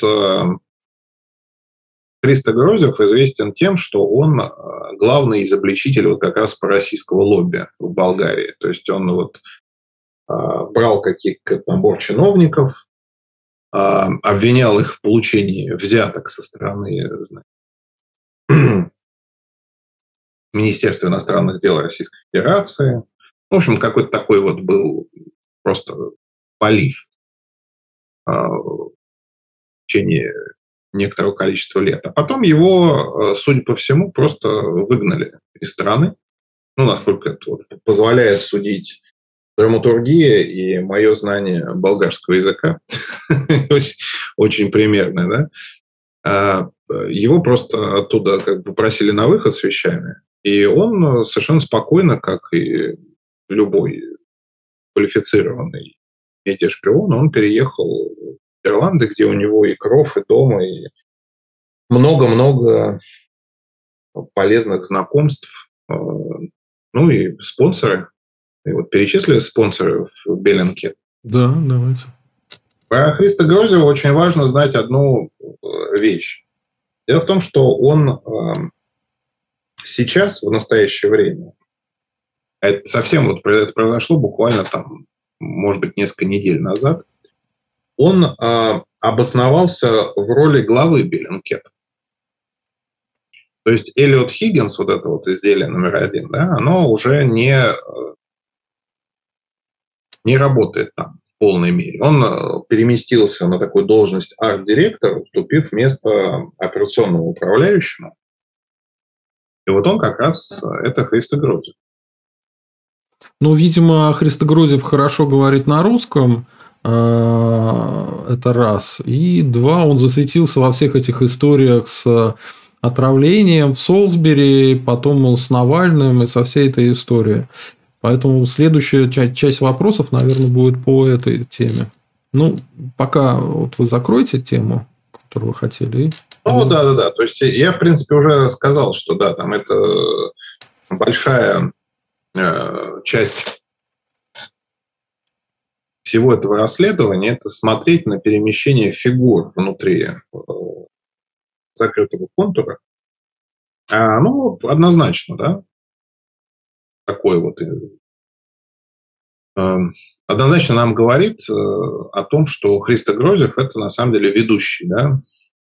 Христо Грозев известен тем, что он главный изобличитель вот как раз пророссийского лобби в Болгарии. То есть он вот брал каких-то набор чиновников, обвинял их в получении взяток со стороны Министерства иностранных дел Российской Федерации. В общем, какой-то такой вот был просто полив в течение некоторого количества лет. А потом его, судя по всему, просто выгнали из страны. Ну, насколько это вот позволяет судить драматургия и мое знание болгарского языка. Очень примерно, да. Его просто оттуда как бы просили на выход с вещами. И он совершенно спокойно, как и любой квалифицированный медиашпион, он переехал в Нидерланды, где у него и кров, и дом, и много-много полезных знакомств, ну и спонсоры. И вот перечислили спонсоров Беллинкет. Да, давайте. Про Христа Грозева очень важно знать одну вещь. Дело в том, что он сейчас, в настоящее время, это совсем вот это произошло буквально там, может быть, несколько недель назад, он обосновался в роли главы Беллинкет. То есть Эллиот Хиггинс, вот это вот изделие номер 1, да, оно уже не работает там в полной мере. Он переместился на такую должность арт-директора, уступив место операционному управляющему. И вот он как раз это Христо Грозев. Ну, видимо, Христо Грозев хорошо говорит на русском. Это раз. И 2, он засветился во всех этих историях с отравлением в Солсбери, потом с Навальным и со всей этой историей. Поэтому следующая часть вопросов, наверное, будет по этой теме. Ну, пока вот вы закроете тему, которую вы хотели. Ну, да. То есть я, в принципе, уже сказал, что да, там это большая часть всего этого расследования – это смотреть на перемещение фигур внутри закрытого контура. Ну, однозначно, да. Такой вот однозначно нам говорит о том, что Христо Грозев – это на самом деле ведущий, да,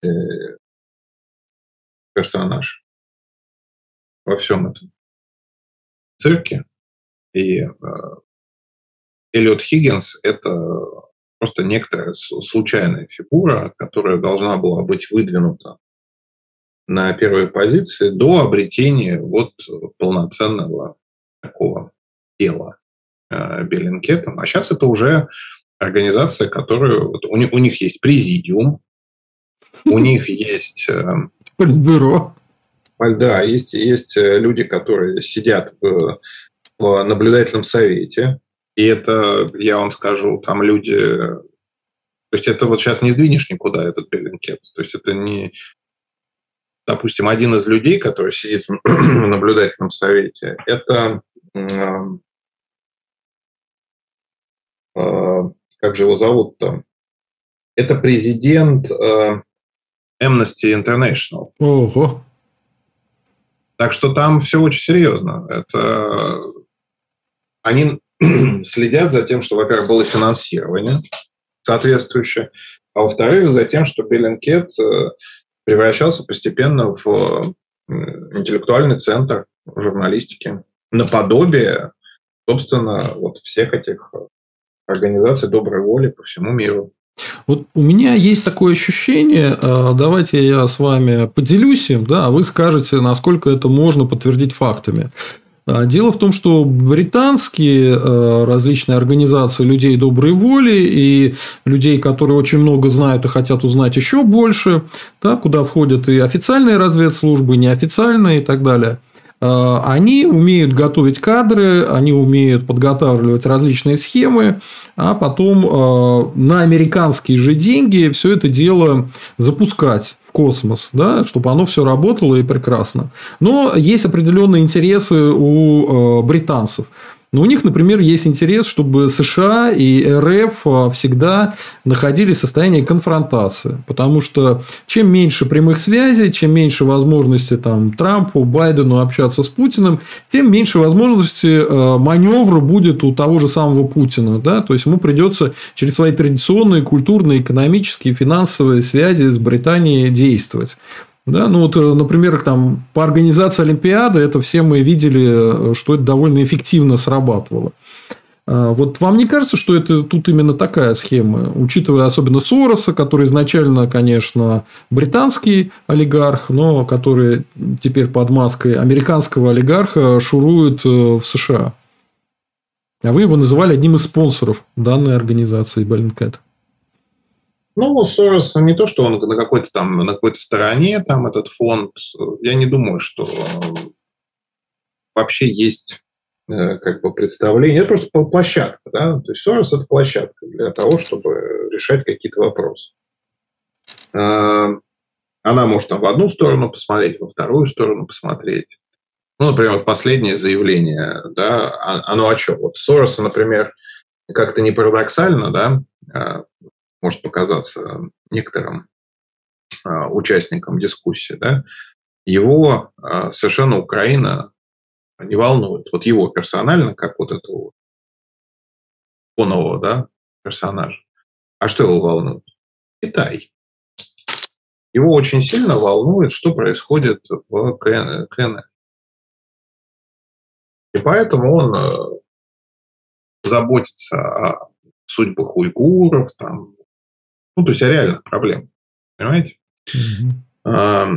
персонаж во всем этом цирке. И Эллиот Хиггинс – это просто некоторая случайная фигура, которая должна была быть выдвинута на первые позиции до обретения вот полноценного такого тела Bellingcat. А сейчас это уже организация, которая... Вот, у них есть президиум, у них есть... Политбюро. Да, есть люди, которые сидят в наблюдательном совете. И это, я вам скажу, там люди... То есть это вот сейчас не сдвинешь никуда, этот Bellingcat. То есть это не... Допустим, один из людей, который сидит в наблюдательном совете, это... Как же его зовут-то? Это президент Amnesty International. Ого. Так что там все очень серьезно. Это... Они следят за тем, что, во-первых, было финансирование соответствующее, а во-вторых, за тем, что Bellingcat превращался постепенно в интеллектуальный центр журналистики, наподобие, собственно, вот всех этих организаций доброй воли по всему миру. Вот у меня есть такое ощущение, давайте я с вами поделюсь им, да, а вы скажете, насколько это можно подтвердить фактами. Дело в том, что британские различные организации людей доброй воли и людей, которые очень много знают и хотят узнать еще больше, да, куда входят и официальные разведслужбы, и неофициальные и так далее, они умеют готовить кадры, они умеют подготавливать различные схемы, а потом на американские же деньги все это дело запускать в космос, да, чтобы оно все работало и прекрасно. Но есть определенные интересы у британцев. Но у них, например, есть интерес, чтобы США и РФ всегда находились в состоянии конфронтации. Потому что чем меньше прямых связей, чем меньше возможности там, Трампу, Байдену общаться с Путиным, тем меньше возможности маневра будет у того же самого Путина. Да? То есть ему придется через свои традиционные культурные, экономические, финансовые связи с Британией действовать. Да, ну вот, например, там, по организации Олимпиады это все мы видели, что это довольно эффективно срабатывало. Вот вам не кажется, что это тут именно такая схема, учитывая особенно Сороса, который изначально, конечно, британский олигарх, но который теперь под маской американского олигарха шурует в США. А вы его называли одним из спонсоров данной организации Bellingcat. Ну, Сорос не то, что он на какой-то там, на какой-то стороне, там этот фонд. Я не думаю, что вообще есть как бы представление. Это просто площадка, да. То есть Сорос – это площадка для того, чтобы решать какие-то вопросы. Она может там в одну сторону посмотреть, во вторую сторону посмотреть. Ну, например, вот последнее заявление, да, оно о чем? Вот Сороса, например, как-то не парадоксально, да, может показаться некоторым участникам дискуссии, да, его совершенно Украина не волнует. Вот его персонально, как вот этого фонового, да, персонажа. А что его волнует? Китай. Его очень сильно волнует, что происходит в КНР. И поэтому он заботится о судьбах уйгуров, там, ну, то есть о реальных проблемах. Понимаете? Mm-hmm.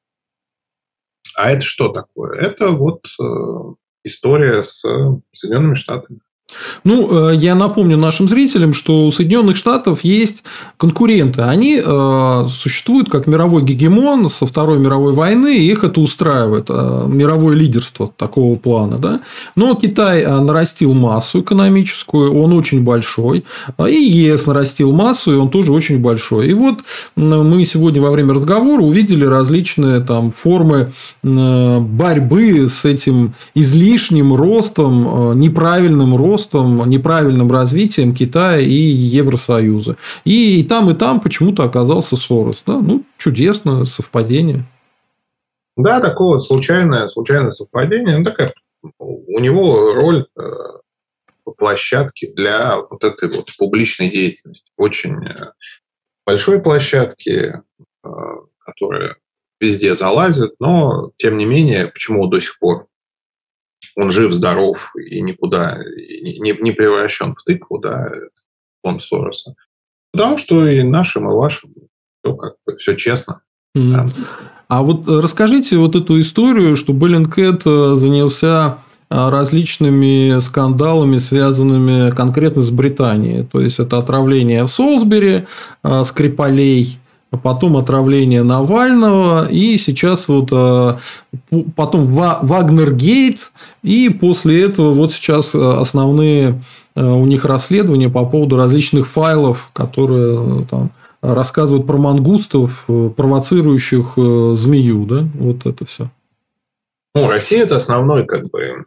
А это что такое? Это вот история с Соединенными Штатами. Ну, я напомню нашим зрителям, что у Соединенных Штатов есть конкуренты. Они существуют как мировой гегемон со Второй мировой войны, и их это устраивает, мировое лидерство такого плана. Да? Но Китай нарастил массу экономическую, он очень большой, и ЕС нарастил массу, и он тоже очень большой. И вот мы сегодня во время разговора увидели различные там, формы борьбы с этим излишним ростом, неправильным ростом, неправильным развитием Китая и Евросоюза. И там почему-то оказался Сорос. Да? Ну, чудесно, совпадение. Да, такое вот случайное совпадение. Ну, такая, у него роль площадки для вот этой вот публичной деятельности. Очень большой площадки, которая везде залазит, но, тем не менее, почему до сих пор он жив, здоров и никуда не превращен в тыкву, да, фонд Сороса. Потому что и нашим, и вашим все как-то все честно. Да. А вот расскажите вот эту историю, что Bellingcat занялся различными скандалами, связанными конкретно с Британией. То есть, это отравление в Солсбери Скрипалей, а потом отравление Навального, и сейчас вот потом Вагнергейт, и после этого вот сейчас основные у них расследования по поводу различных файлов, которые там рассказывают про мангустов, провоцирующих змею, да, вот это все. Ну, Россия – это основной как бы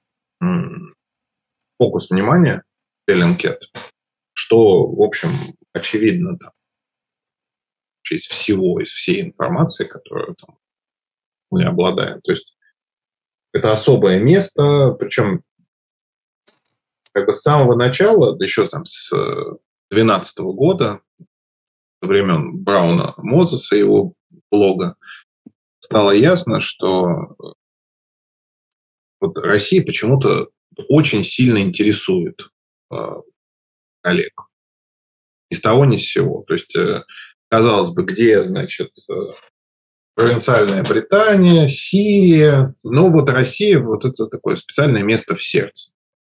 фокус внимания Bellingcat, что, в общем, очевидно там из всей информации, которую там мы обладаем. То есть, это особое место, причем как бы с самого начала, еще там с 2012 года, со времен Брауна Мозеса и его блога, стало ясно, что вот Россия почему-то очень сильно интересует коллег. Ни с того, ни с сего. То есть, казалось бы, где, значит, провинциальная Британия, Сирия, но вот Россия, вот это такое специальное место в сердце.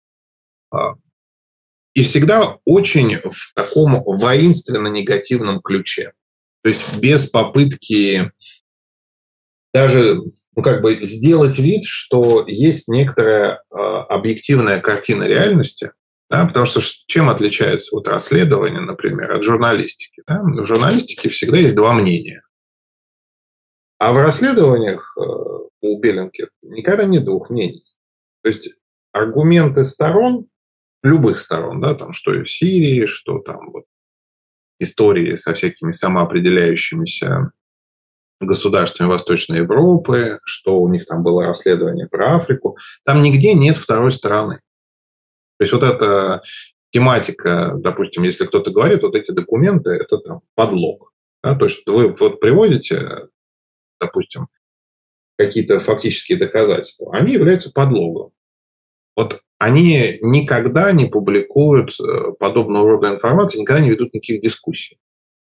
И всегда очень в таком воинственно-негативном ключе. То есть, без попытки даже как бы сделать вид, что есть некоторая объективная картина реальности, да, потому что чем отличается вот расследование, например, от журналистики? Да? В журналистике всегда есть два мнения. А в расследованиях у Bellingcat никогда нет двух мнений. То есть аргументы сторон, любых сторон, да, там, что и в Сирии, что там вот истории со всякими самоопределяющимися государствами Восточной Европы, что у них там было расследование про Африку. Там нигде нет второй стороны. То есть, вот эта тематика, допустим, если кто-то говорит, вот эти документы, это там подлог. Да? То есть, вы вот приводите, допустим, какие-то фактические доказательства, они являются подлогом. Вот они никогда не публикуют подобного рода информации, никогда не ведут никаких дискуссий.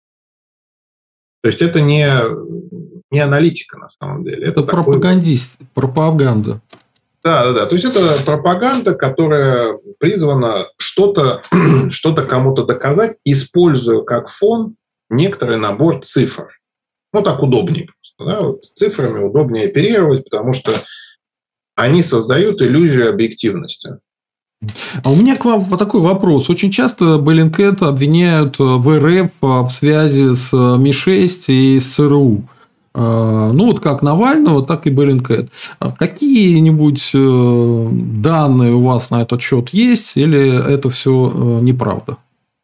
То есть, это не аналитика на самом деле. Это пропаганда. Да. То есть, это пропаганда, которая призвана что-то кому-то доказать, используя как фон некоторый набор цифр. Ну, так удобнее просто. Да? Вот цифрами удобнее оперировать, потому что они создают иллюзию объективности. А у меня к вам такой вопрос. Очень часто Bellingcat обвиняют в РФ в связи с Ми-6 и с ЦРУ. Ну, вот как Навального, так и Bellingcat. Какие-нибудь данные у вас на этот счет есть, или это все неправда?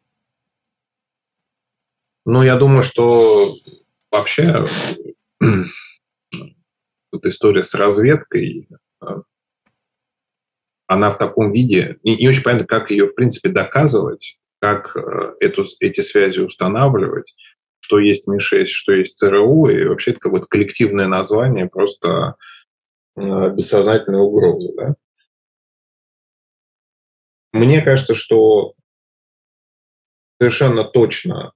Ну, я думаю, что вообще эта история с разведкой, она в таком виде, не очень понятно, как ее, в принципе, доказывать, как эти связи устанавливать, что есть Ми-6, что есть ЦРУ, и вообще это какое-то коллективное название, просто бессознательной угрозы. Да? Мне кажется, что совершенно точно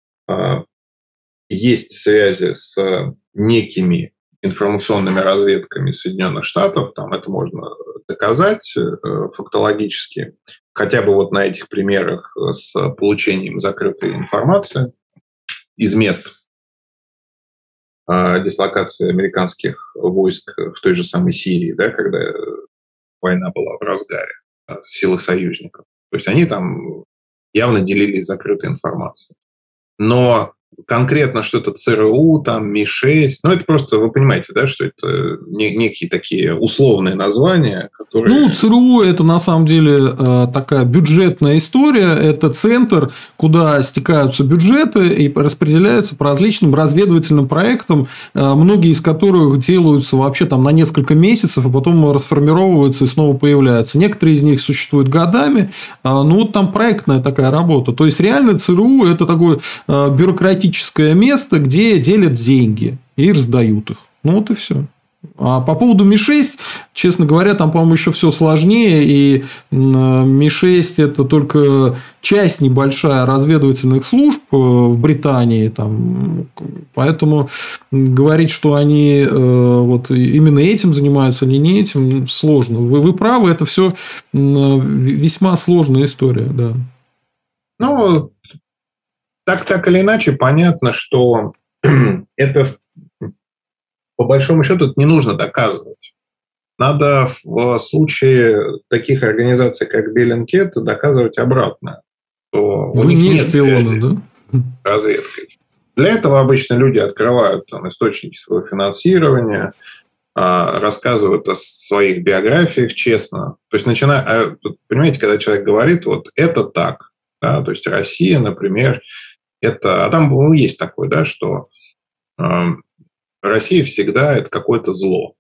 есть связи с некими информационными разведками Соединенных Штатов, там это можно доказать фактологически, хотя бы вот на этих примерах с получением закрытой информации из мест дислокации американских войск в той же самой Сирии, да, когда война была в разгаре, силы союзников. То есть они там явно делились закрытой информацией. Но конкретно что-то ЦРУ, там Ми-6, ну, это просто, вы понимаете, да, что это некие такие условные названия, которые... Ну, ЦРУ – это, на самом деле, такая бюджетная история. Это центр, куда стекаются бюджеты и распределяются по различным разведывательным проектам, многие из которых делаются вообще там на несколько месяцев, а потом расформировываются и снова появляются. Некоторые из них существуют годами, но вот там проектная такая работа. То есть, реально ЦРУ – это такое бюрократическое место, где делят деньги и раздают их. Ну, вот и все. А по поводу Ми-6, честно говоря, там, по-моему, еще все сложнее. И Ми-6 – это только часть небольшая разведывательных служб в Британии. Там, поэтому говорить, что они вот именно этим занимаются или не этим, сложно. Вы правы, это все весьма сложная история. Да. Ну, так или иначе, понятно, что это по большому счету не нужно доказывать. Надо в случае таких организаций, как Bellingcat, доказывать обратное. Что у них нет связи с разведкой. Для этого обычно люди открывают там источники своего финансирования, рассказывают о своих биографиях честно. То есть, понимаете, когда человек говорит, вот это так, да, то есть Россия, например, это... А там есть такое, да, что Россия всегда это какое-то зло,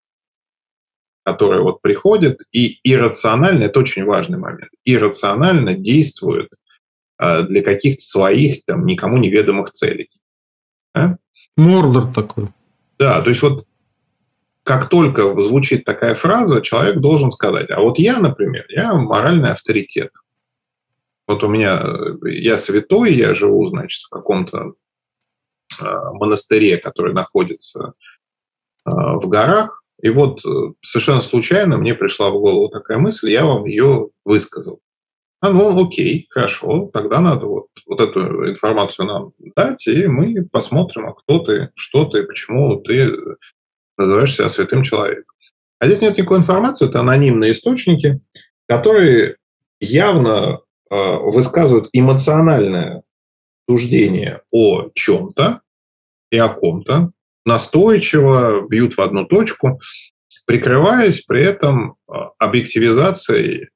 которое вот приходит и иррационально, это очень важный момент, иррационально действует для каких-то своих там никому неведомых целей. Да? Мордор такой. Да, то есть вот как только звучит такая фраза, человек должен сказать, а вот я, например, я моральный авторитет. Вот я святой, я живу, значит, в каком-то монастыре, который находится в горах. И вот совершенно случайно мне пришла в голову такая мысль, я вам ее высказал. Окей, хорошо, тогда надо вот эту информацию нам дать, и мы посмотрим, а кто ты, что ты, почему ты называешь себя святым человеком. А здесь нет никакой информации, это анонимные источники, которые явно высказывают эмоциональное суждение о чем-то и о ком-то, настойчиво бьют в одну точку, прикрываясь при этом объективизацией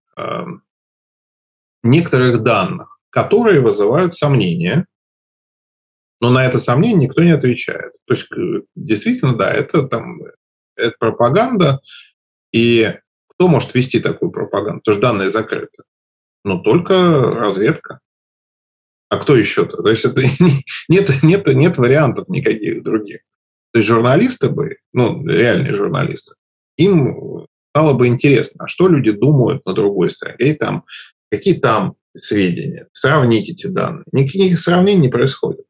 некоторых данных, которые вызывают сомнения, но на это сомнение никто не отвечает. То есть, действительно, да, это пропаганда, и кто может вести такую пропаганду? Потому что данные закрыты. Но только разведка. А кто еще-то? То есть, это нет вариантов никаких других. То есть, журналисты бы, реальные журналисты, им стало бы интересно, а что люди думают на другой стороне, какие там сведения, сравнить эти данные. Никаких сравнений не происходит.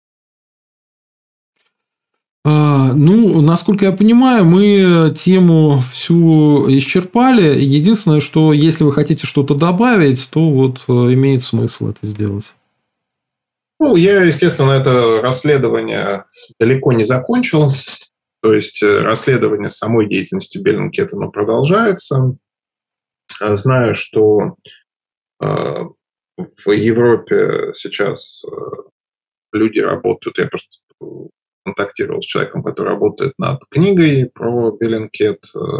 Насколько я понимаю, мы тему всю исчерпали. Единственное, что если вы хотите что-то добавить, то вот имеет смысл это сделать. Я, естественно, это расследование далеко не закончил. То есть, расследование самой деятельности Bellingcat продолжается. Знаю, что в Европе сейчас люди работают, я просто контактировал с человеком, который работает над книгой про Bellingcat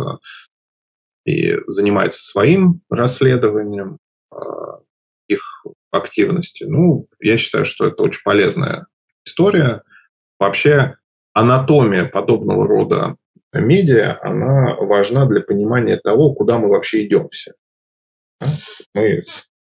и занимается своим расследованием их активности. Я считаю, что это очень полезная история. Вообще, анатомия подобного рода медиа, она важна для понимания того, куда мы вообще идем все. Мы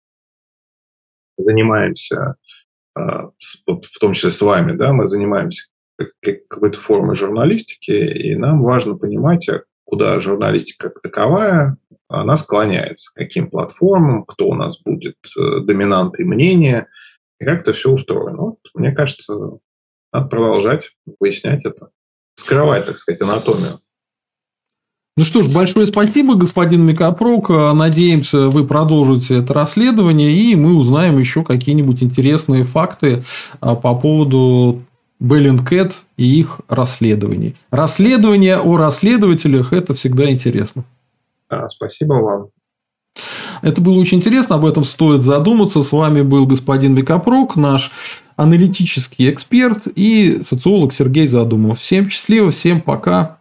занимаемся, в том числе с вами, да, мы занимаемся какой-то формой журналистики, и нам важно понимать, куда журналистика как таковая, она склоняется, к каким платформам, кто у нас будет доминантой мнения, и как это все устроено. Мне кажется, надо продолжать выяснять это, скрывать, так сказать, анатомию. Ну что ж, большое спасибо, господин Микопрок. Надеемся, вы продолжите это расследование, и мы узнаем еще какие-нибудь интересные факты по поводу Bellingcat и их расследований. Расследование о расследователях – это всегда интересно. Да, спасибо вам. Это было очень интересно, об этом стоит задуматься. С вами был господин Микопрок, наш аналитический эксперт и социолог Сергей Задумов. Всем счастливо, всем пока.